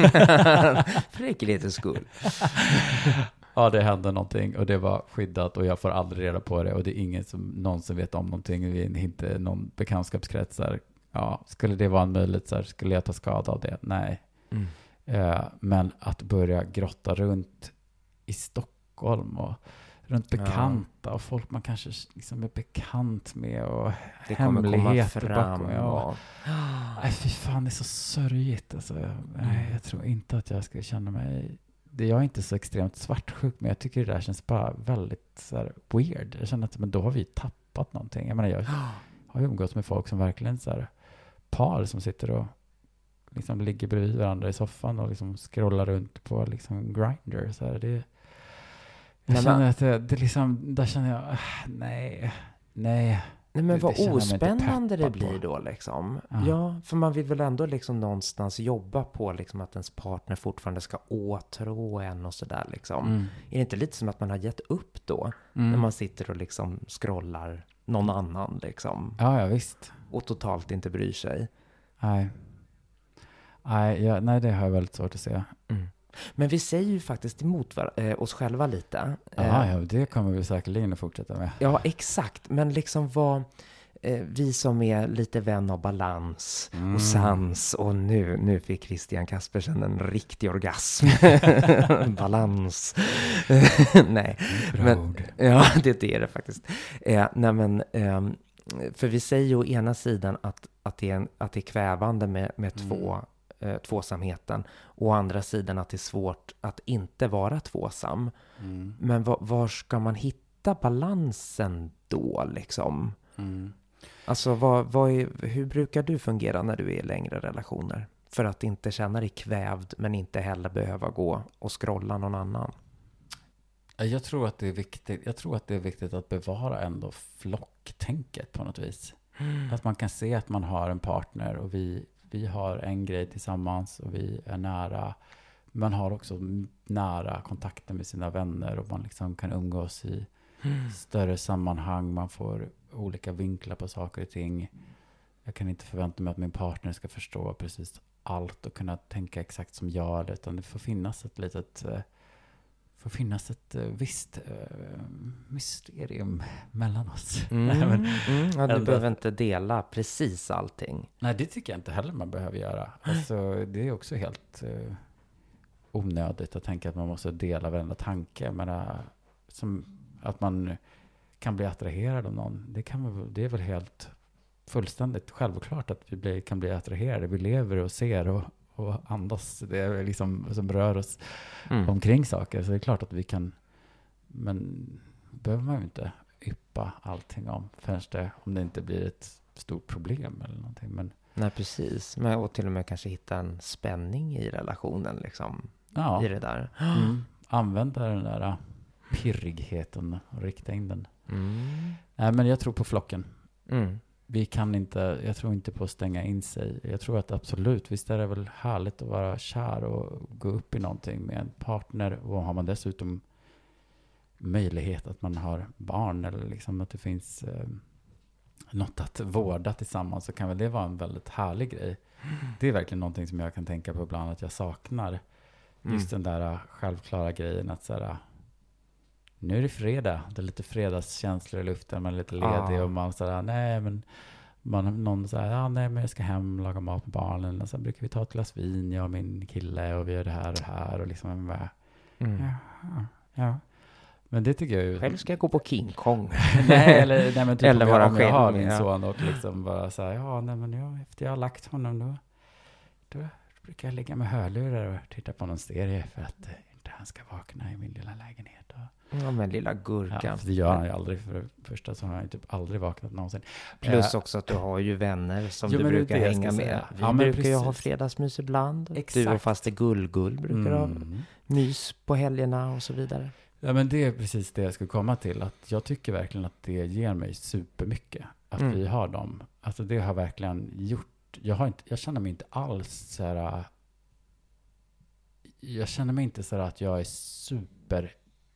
För säkerhetens skull. Ja, det hände någonting och det var skyddat och jag får aldrig reda på det och det är ingen som någon som vet om någonting. Vi är inte någon bekantskapskrets där. Ja, skulle det vara en möjlighet så här, skulle jag ta skada av det? Nej. Mm. Eh, men att börja grotta runt i Stockholm och runt bekanta ja. och folk man kanske liksom är bekant med och det hemligheter bakom. Och... Ja. Nej, fy fan, det är så sörjigt. Alltså, nej, mm. jag tror inte att jag ska känna mig... Jag är inte så extremt svartsjuk, men jag tycker det där känns bara väldigt så här, weird. Jag känner att men då har vi tappat någonting. Jag menar, jag har ju umgått med folk som verkligen så här, par som sitter och liksom ligger bredvid varandra i soffan och liksom scrollar runt på liksom Grindr. Så här, det, jag nej, känner men, att det, det liksom, där känner jag, äh, nej, nej. Nej, men det, vad det ospännande det blir på. Då liksom. Ja. ja, för man vill väl ändå liksom någonstans jobba på liksom att ens partner fortfarande ska åtrå en och sådär liksom. Mm. Är det inte lite som att man har gett upp då? Mm. När man sitter och liksom scrollar någon annan liksom. Ja, ja, visst. Och totalt inte bryr sig. Nej. Nej, ja, nej, det har jag väldigt svårt att se. Mm. Men vi säger ju faktiskt emot var- äh, oss själva lite. Ja, ja, det kommer vi säkerligen att fortsätta med. Ja, exakt. Men liksom vad... Eh, vi som är lite vän av balans mm. och sans. Och nu, nu fick Christian Kaspersen en riktig orgasm. Balans. Nej. Men, ja, det, det är det faktiskt. Eh, nej, men... Eh, för vi säger ju å ena sidan att, att, det, är en, att det är kvävande med, med mm. två... Eh, tvåsamheten. Och å andra sidan att det är svårt att inte vara tvåsam. Mm. Men var, var ska man hitta balansen då liksom? Mm. Alltså vad, vad är, hur brukar du fungera när du är i längre relationer? För att inte känna dig kvävd men inte heller behöva gå och scrolla någon annan. Jag tror att det är viktigt, jag tror att det är viktigt att bevara ändå flocktänket på något vis. Mm. Att man kan se att man har en partner och vi Vi har en grej tillsammans och vi är nära. Man har också nära kontakter med sina vänner och man liksom kan umgås i mm. större sammanhang. Man får olika vinklar på saker och ting. Jag kan inte förvänta mig att min partner ska förstå precis allt och kunna tänka exakt som jag. Utan det får finnas ett litet... får finnas ett uh, visst uh, mysterium mellan oss. Mm, nej, men, mm, ja, du behöver inte dela precis allting. Nej, det tycker jag inte heller man behöver göra. Alltså, det är också helt uh, onödigt att tänka att man måste dela varenda tanke. Men, uh, som att man kan bli attraherad av någon. Det, kan man, det är väl helt fullständigt självklart att vi blir, kan bli attraherade. Vi lever och ser och och andas, det är liksom som rör oss mm. omkring saker. Så det är klart att vi kan, men behöver man ju inte yppa allting om förrän det, om det inte blir ett stort problem eller någonting. Men, nej, precis. Men, och till och med kanske hitta en spänning i relationen liksom. Ja. I det där. Mm. Använda den där pirrigheten och rikta in den. Mm. Nej, men jag tror på flocken. Mm. Vi kan inte, jag tror inte på att stänga in sig. Jag tror att absolut, visst är det väl härligt att vara kär och gå upp i någonting med en partner. Och har man dessutom möjlighet att man har barn eller liksom att det finns eh, något att vårda tillsammans, så kan väl det vara en väldigt härlig grej. Mm. Det är verkligen någonting som jag kan tänka på ibland att jag saknar. Just mm. den där självklara grejen att så här, nu är det fredag. Det är lite fredagskänslor i luften. Man är lite ledig ah. och man säger nej men man, någon säger ja nej men jag ska hem och laga mat med barnen. Och sen brukar vi ta ett glas vin, jag och min kille, och vi gör det här och det här och liksom bara, mm. ja, ja. Men det tycker jag ju. Själv ska jag gå på King Kong. nej, eller, nej, men typ eller vara själv. Jag har min ja. son och liksom bara så här, ja nej men ja, efter jag har lagt honom då, då brukar jag ligga med hörlurar och titta på någon serie för att inte han ska vakna i min lilla lägenhet. Och ja, men lilla gurkan. Ja, det gör han ju aldrig. För det första så har han ju typ aldrig vaknat någonsin. Plus också att du har ju vänner som jo, du brukar hänga med. Vi ja, brukar ju ha fredagsmys ibland. Exakt. Du och faste Gullgull brukar mm. ha mys på helgerna och så vidare. Ja, men det är precis det jag skulle komma till. Att jag tycker verkligen att det ger mig supermycket. Att mm. vi har dem. Alltså det har verkligen gjort. Jag, har inte, jag känner mig inte alls så här. Jag känner mig inte så här att jag är super.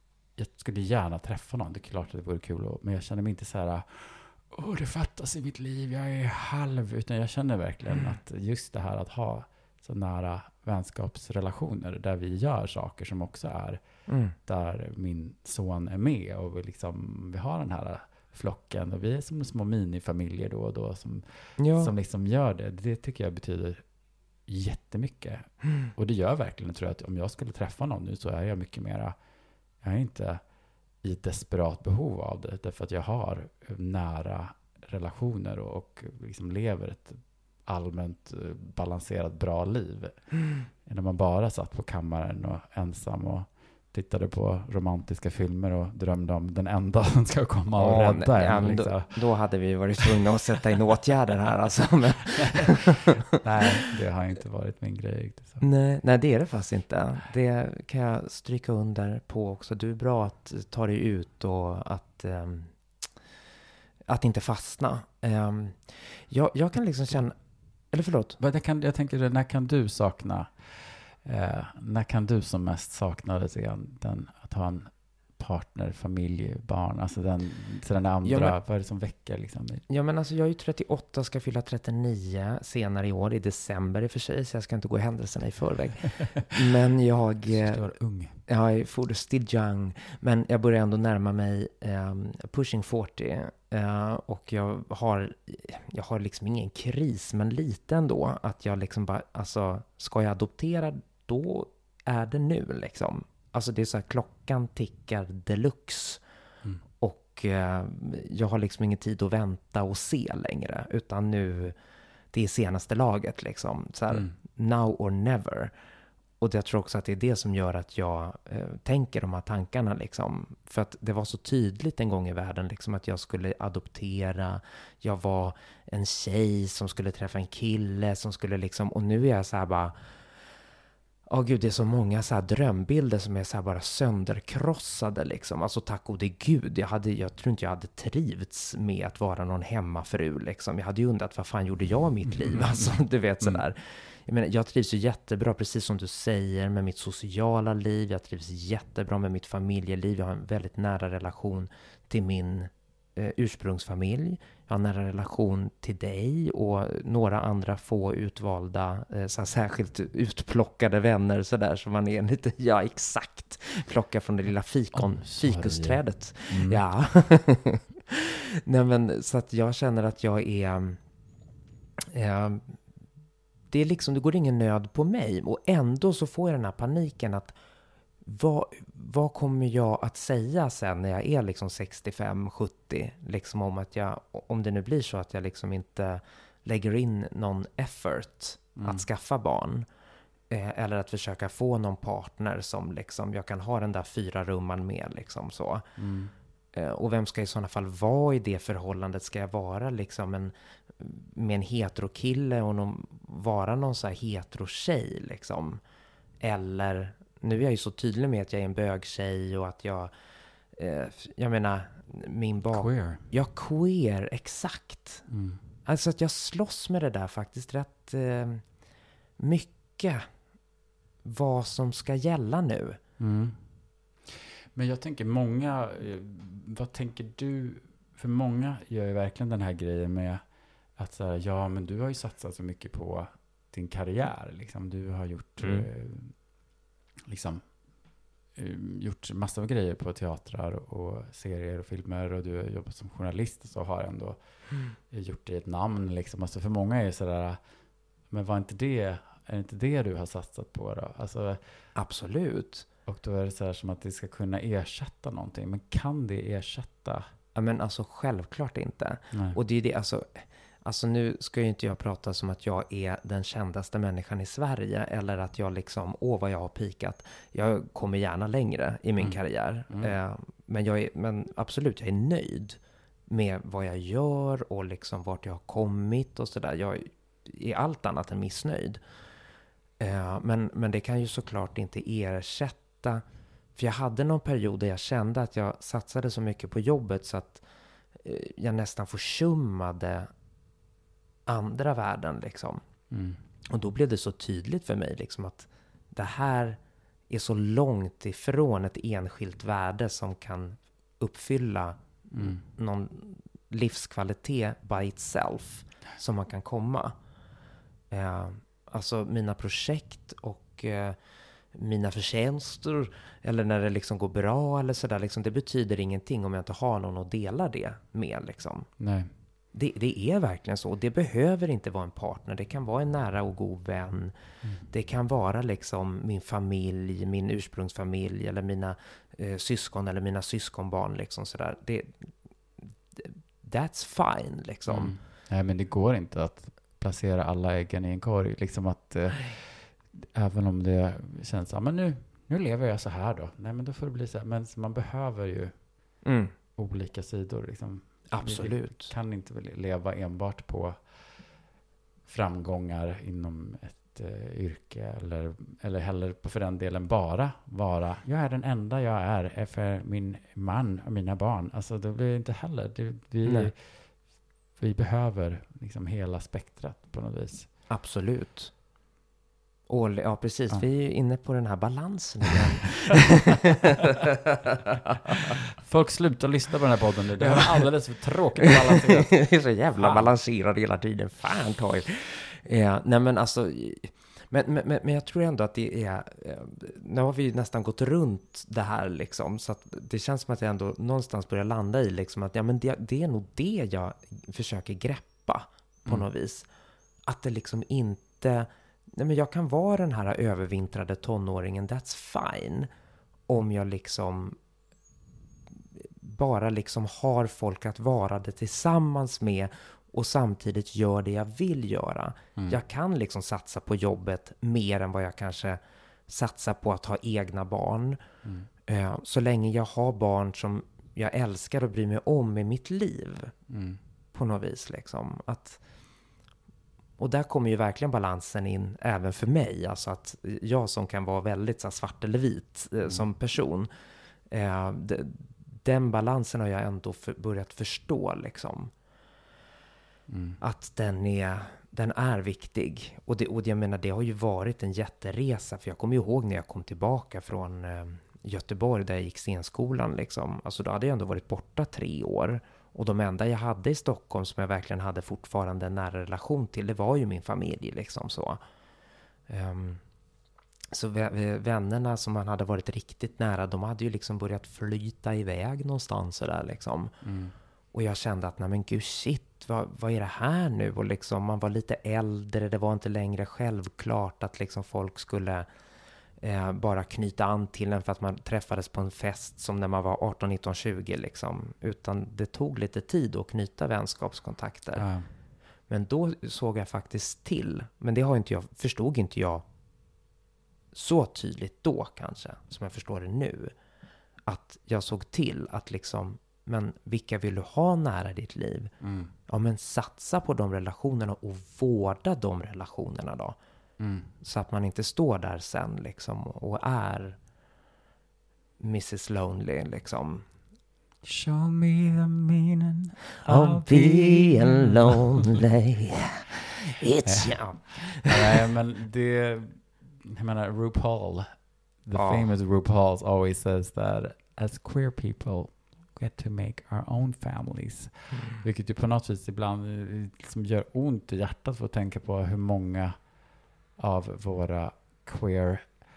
jag skulle gärna träffa någon. Det är klart att det vore kul. Och, men jag känner mig inte så här, åh, det fattas i mitt liv. Jag är halv. Utan jag känner verkligen mm. att just det här att ha så nära vänskapsrelationer där vi gör saker som också är mm. där min son är med. Och vi, liksom, vi har den här flocken. Och vi är som små minifamiljer då och då som, ja. som liksom gör det. Det tycker jag betyder jättemycket. Mm. Och det gör verkligen, tror jag, att om jag skulle träffa någon nu så är jag mycket mera, jag är inte i desperat behov av det, därför att jag har nära relationer och, och liksom lever ett allmänt balanserat bra liv. Mm. När man bara satt på kammaren och ensam och tittade på romantiska filmer och drömde om den enda som ska komma och oh, rädda en. Liksom. Då, då hade vi varit tvungna att sätta in åtgärder här. Alltså. Men nej, det har inte varit min grej. Så. Nej, nej, det är det faktiskt inte. Det kan jag stryka under på också. Du är bra att ta dig ut och att, um, att inte fastna. Um, jag, jag kan liksom känna... Eller förlåt? Jag, kan, jag tänker, när kan du sakna... Eh, när kan du som mest sakna det, den, att ha en partner, familj, barn, alltså den, så den andra, ja, men, vad är det som väcker liksom? Ja, men alltså jag är ju trettioåtta, ska fylla trettionio senare i år, i december i och för sig, så jag ska inte gå händelserna i förväg. Men jag... Jag är ung. Jag är for still young, men jag börjar ändå närma mig um, pushing fyrtio uh, och jag har, jag har liksom ingen kris, men lite ändå, att jag liksom bara, alltså, ska jag adoptera, då är det nu liksom. Alltså det är så här, klockan tickar deluxe. Mm. Och eh, jag har liksom ingen tid att vänta och se längre. Utan nu, det är senaste laget liksom. Så här, mm. now or never. Och jag tror också att det är det som gör att jag eh, tänker de här tankarna liksom. För att det var så tydligt en gång i världen liksom, att jag skulle adoptera. Jag var en tjej som skulle träffa en kille som skulle liksom, och nu är jag så här bara... Åh oh, gud, det är så många så här drömbilder som är så här bara sönderkrossade liksom. Alltså tack gode gud, jag, hade, jag tror inte jag hade trivts med att vara någon hemmafru liksom. Jag hade ju undrat, vad fan gjorde jag i mitt liv? Alltså du vet sådär. Jag menar, jag trivs ju jättebra, precis som du säger, med mitt sociala liv. Jag trivs jättebra med mitt familjeliv. Jag har en väldigt nära relation till min eh, ursprungsfamilj. Jag har en nära relation till dig och några andra få utvalda, eh, så här, särskilt utplockade vänner så där, som man är lite, ja exakt, plocka från det lilla fikon, oh, fikusträdet. Mm. Ja. Nej men, så att jag känner att jag är... Eh, det är liksom, det går ingen nöd på mig. Och ändå så får jag den här paniken att vad, vad kommer jag att säga sen när jag är liksom sextiofem sjuttio? Liksom om att jag, om det nu blir så att jag liksom inte lägger in någon effort mm. att skaffa barn. Eh, eller att försöka få någon partner som liksom jag kan ha den där fyra rumman med liksom så. Mm. Eh, och vem ska i sådana fall vara i det förhållandet? Ska jag vara liksom en med en heterokille och någon, vara någon så här hetero-tjej liksom? Eller, nu är jag ju så tydlig med att jag är en bögtjej och att jag eh, jag menar min bak... Queer. Ja, queer, exakt. Mm. Alltså att jag slåss med det där faktiskt rätt eh, mycket, vad som ska gälla nu. Mm. Men jag tänker många, vad tänker du, för många gör ju verkligen den här grejen med att så här, ja men du har ju satsat så mycket på din karriär liksom. Du har gjort mm. eh, liksom eh, gjort massor av grejer på teatrar och serier och filmer, och du har jobbat som journalist och så har ändå mm. gjort det ett namn liksom. Alltså för många är det sådär, men var inte det, är det inte det du har satsat på då? Alltså, absolut. Och då är det så här som att det ska kunna ersätta någonting, men kan det ersätta? Ja men alltså självklart inte. Nej. Och det är det, alltså Alltså nu ska ju inte jag prata som att jag är den kändaste människan i Sverige, eller att jag liksom, åh vad jag har pikat. Jag kommer gärna längre i min mm. karriär. Mm. Eh, men, jag är, men absolut, jag är nöjd med vad jag gör och liksom vart jag har kommit och sådär. Jag är allt annat än missnöjd. Eh, men, men det kan ju såklart inte ersätta, för jag hade någon period där jag kände att jag satsade så mycket på jobbet så att eh, jag nästan försummade andra världen liksom. Mm. Och då blev det så tydligt för mig liksom att det här är så långt ifrån ett enskilt värde som kan uppfylla mm. någon livskvalitet by itself som man kan komma. Eh, alltså mina projekt och eh, mina förtjänster eller när det liksom går bra eller sådär, liksom, det betyder ingenting om jag inte har någon att dela det med. Liksom. Nej. Det, det är verkligen så. Det behöver inte vara en partner. Det kan vara en nära och god vän. Mm. Det kan vara liksom min familj, min ursprungsfamilj eller mina eh, syskon eller mina syskonbarn. Liksom sådär. Det, that's fine. Liksom. Mm. Nej, men det går inte att placera alla äggen i en korg. Liksom att, eh, även om det känns så, men nu, nu lever jag så här då. Nej, men då får det bli så här. Men man behöver ju mm. olika sidor. Liksom. Absolut. Vi kan inte leva enbart på framgångar inom ett uh, yrke eller, eller heller på för den delen bara vara, jag är den enda jag är, är för min man och mina barn. Alltså det blir inte heller. Det, vi, vi behöver liksom hela spektrat på något vis. Absolut. Och, ja, precis. Ja. Vi är ju inne på den här balansen igen. Folk slutar lyssna på den här podden nu. Det är alldeles för tråkigt att balansera. Det är så jävla Fan. balanserad hela tiden. Fan, ta er. Ja, nej men alltså... Men, men, men jag tror ändå att det är... Nu har vi nästan gått runt det här liksom. Så att det känns som att jag ändå någonstans börjar landa i liksom att ja, men det, det är nog det jag försöker greppa på mm. något vis. Att det liksom inte... Nej, men jag kan vara den här övervintrade tonåringen, that's fine. Om jag liksom bara liksom har folk att vara det tillsammans med och samtidigt gör det jag vill göra. Mm. Jag kan liksom satsa på jobbet mer än vad jag kanske satsar på att ha egna barn. Mm. Uh, så länge jag har barn som jag älskar och bryr mig om i mitt liv. Mm. På något vis liksom. Att... Och där kommer ju verkligen balansen in även för mig. Alltså att jag som kan vara väldigt så här, svart eller vit eh, mm. som person. Eh, de, den balansen har jag ändå för, börjat förstå. Liksom. Mm. Att den är, den är viktig. Och, det, och jag menar, det har ju varit en jätteresa. För jag kommer ihåg när jag kom tillbaka från eh, Göteborg där jag gick scenskolan. Liksom. Alltså då hade jag ändå varit borta tre år. Och de enda jag hade i Stockholm som jag verkligen hade fortfarande en nära relation till, det var ju min familj liksom så. Um, så v- vännerna som man hade varit riktigt nära, de hade ju liksom börjat flyta iväg någonstans så där liksom. Mm. Och jag kände att nej men gud shit, vad, vad är det här nu? Och liksom man var lite äldre, det var inte längre självklart att liksom folk skulle Eh, bara knyta an till en för att man träffades på en fest som när man var arton, nitton, tjugo liksom. Utan det tog lite tid att knyta vänskapskontakter. Ja. Men då såg jag faktiskt till. Men det har inte jag, förstod inte jag så tydligt då kanske, som jag förstår det nu. Att jag såg till att liksom, men vilka vill du ha nära ditt liv? Mm. Ja, men satsa på de relationerna och vårda de relationerna då. Mm. Så att man inte står där sen liksom och är missus Lonely liksom. Show me the meaning of being lonely. It's yeah. Nej, men det, jag menar RuPaul, the oh. famous RuPaul always says that as queer people get to make our own families. Mm. Vilket ju på något vis ibland liksom gör ont i hjärtat för att tänka på hur många av våra queer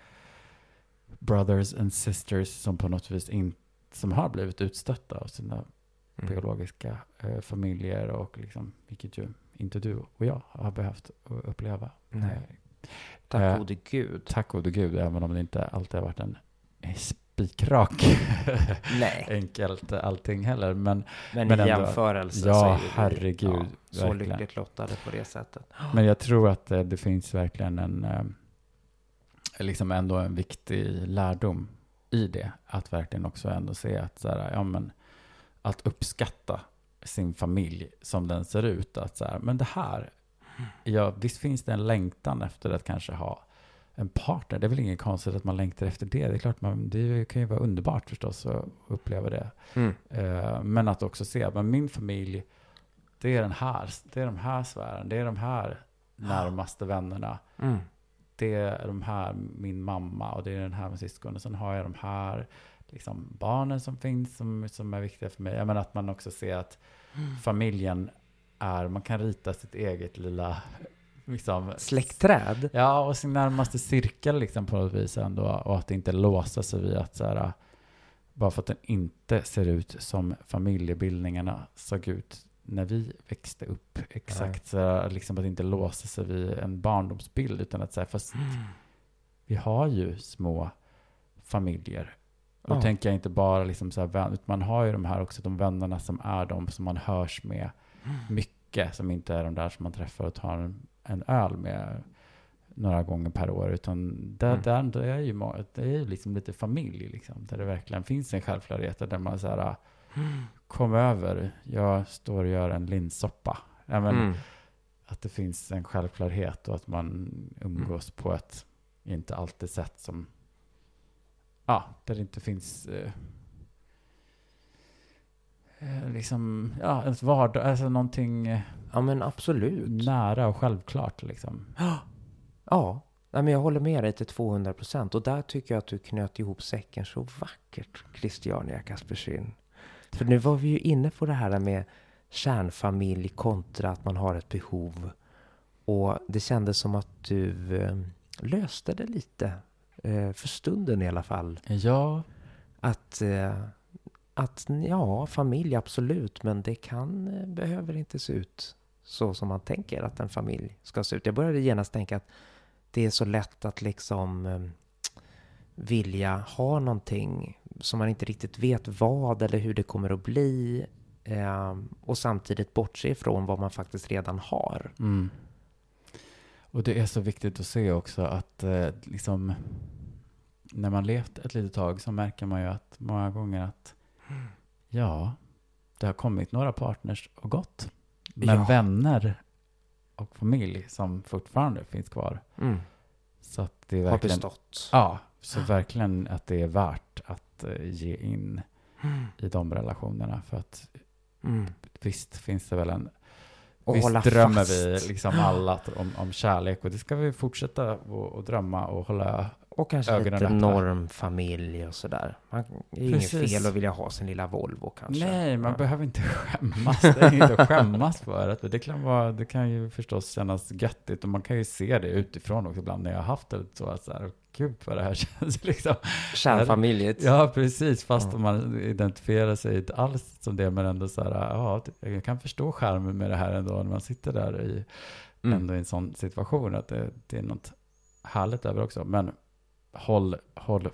brothers and sisters som på något vis in, som har blivit utstötta av sina mm. biologiska eh, familjer och liksom, vilket ju inte du och jag har behövt uppleva. Nej. Tack eh, gode Gud. Tack gode Gud, även om det inte alltid har varit en spikrak Nej. enkelt allting heller. Men, men, men i ändå, jämförelse ja, så är herregud, ja, så lyckligt lottade på det sättet. Men jag tror att det, det finns verkligen en eh, liksom ändå en viktig lärdom i det. Att verkligen också ändå se att så här, ja, men, att uppskatta sin familj som den ser ut. Att så här, men det här, ja, visst finns det en längtan efter att kanske ha en partner. Det är väl inget konstigt att man längtar efter det. Det är klart, man, det kan ju vara underbart förstås att uppleva det. Mm. Uh, men att också se, men min familj, det är den här, det är de här sfären, det är de här närmaste vännerna. Mm. det är de här, min mamma och det är den här med syskonen. Sen har jag de här liksom, barnen som finns som, som är viktiga för mig. Jag menar att man också ser att mm. familjen är, man kan rita sitt eget lilla liksom, släktträd. Ja, och sin närmaste cirkel liksom, på något vis ändå. Och att det inte låsa sig vid att så här, bara för att den inte ser ut som familjebildningarna såg ut när vi växte upp. Exakt. Så, liksom, att det inte låsa sig vid en barndomsbild utan att säga, fast mm. vi har ju små familjer. Och då ja. tänker jag inte bara liksom så här, utan man har ju de här också, de vännerna som är de som man hörs med mycket, som inte är de där som man träffar och tar en, en öl med några gånger per år, utan där, mm. där, där är ju det är ju liksom lite familj liksom, där det verkligen finns en självklarhet där man så här, mm. kom över, jag står och gör en linssoppa. Ja, men, mm. att det finns en självklarhet och att man umgås mm. på ett inte alltid sätt som ja, där det inte finns eh, eh, liksom, ja, ett vardag, alltså någonting eh, ja, men absolut nära och självklart liksom. Ja, men jag håller med dig till tvåhundra procent och där tycker jag att du knöt ihop säcken så vackert, Christiania Kaspersin. För nu var vi ju inne på det här med kärnfamilj kontra att man har ett behov, och det kändes som att du eh, löste det lite för stunden i alla fall. Ja. Att, att ja, familj absolut, men det kan, behöver inte se ut så som man tänker att en familj ska se ut. Jag började genast tänka att det är så lätt att liksom vilja ha någonting som man inte riktigt vet vad eller hur det kommer att bli, och samtidigt bortse ifrån vad man faktiskt redan har. Mm. Och det är så viktigt att se också att eh, liksom, när man levt ett litet tag så märker man ju att många gånger att mm. ja, det har kommit några partners och gått. Men ja. vänner och familj som fortfarande finns kvar. Mm. Så att det är verkligen, har bestått. Ja, så verkligen att det är värt att uh, ge in mm. i de relationerna. För att mm. visst finns det väl en och visst drömmer fast. vi liksom alla om, om kärlek, och det ska vi fortsätta och, och drömma och hålla och kanske lite normfamilj och sådär. Man är ju inget fel att vilja ha sin lilla Volvo kanske. Nej, man ja. behöver inte skämmas. Det är inte att skämmas för att det kan vara, det kan ju förstås kännas göttigt, och man kan ju se det utifrån också ibland när jag har haft det så att så här, gud vad det här känns liksom. Kärnfamiljet. Ja, precis. Fast mm. om man identifierar sig inte alls som det, men ändå så här, ja, jag kan förstå skärmen med det här ändå när man sitter där i, mm. ändå i en sån situation, att det, det är något härligt över också. Men håll, håll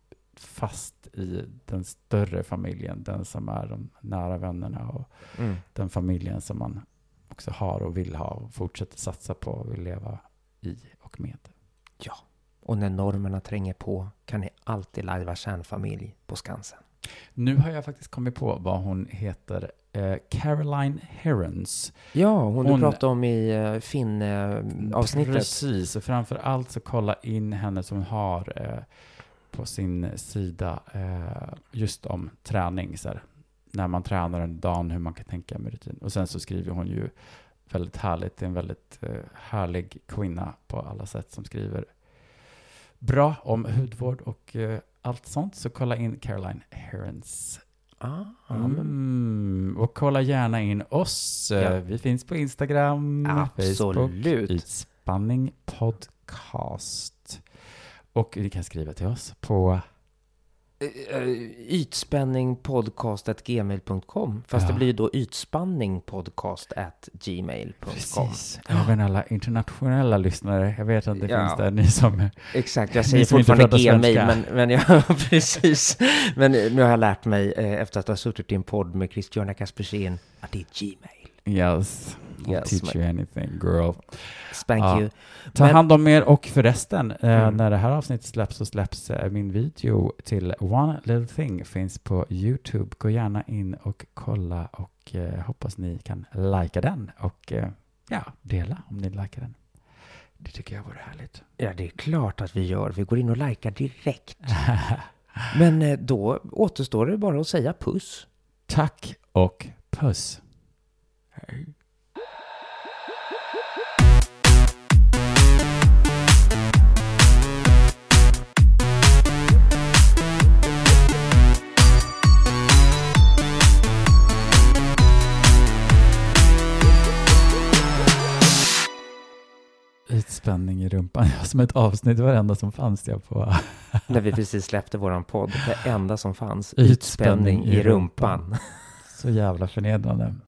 fast i den större familjen, den som är de nära vännerna och mm. den familjen som man också har och vill ha och fortsätter satsa på och vill leva i och med. Ja. Och när normerna tränger på kan ni alltid lajva kärnfamilj på Skansen. Nu har jag faktiskt kommit på vad hon heter. Eh, Caroline Herrens. Ja, hon, hon du pratade om i uh, Finn-avsnittet. Precis, och framför allt så kolla in henne som har eh, på sin sida eh, just om träning. Så här, när man tränar en dag, hur man kan tänka med rutin. Och sen så skriver hon ju väldigt härligt. Det är en väldigt eh, härlig kvinna på alla sätt som skriver bra om hudvård och uh, allt sånt. Så kolla in Caroline Herrens. Ah, mm. Och kolla gärna in oss. Ja. Vi finns på Instagram, Absolut. Facebook, Ytspanning podcast. Och ni kan skriva till oss på ytspanningpodcast at gmail dot com. Fast ja. det blir då ytspanningpodcast at gmail dot com. Precis. Även alla internationella lyssnare. Jag vet att det ja. finns där ni som... Exakt, jag säger fortfarande gmail, men, men jag precis. Men nu har jag lärt mig efter att ha suttit i en podd med Christiania Kaspersin att det är Gmail. Yes. I'll yes, teach you anything, girl. Spank ja. you. Ta Men, hand om er, och förresten, mm. eh, när det här avsnittet släpps så släpps eh, min video till One Little Thing. Finns på YouTube. Gå gärna in och kolla, och eh, hoppas ni kan likea den och eh, ja, dela om ni likar den. Det tycker jag vore härligt. Ja, det är klart att vi gör. Vi går in och likar direkt. Men eh, då återstår det bara att säga puss. Tack och puss. Hej. Ytspänning i rumpan. Ja, som ett avsnitt var det enda som fanns jag på. När vi precis släppte våran podd. Det enda som fanns. Ytspänning, Ytspänning i, i rumpan. rumpan. Så jävla förnedrande.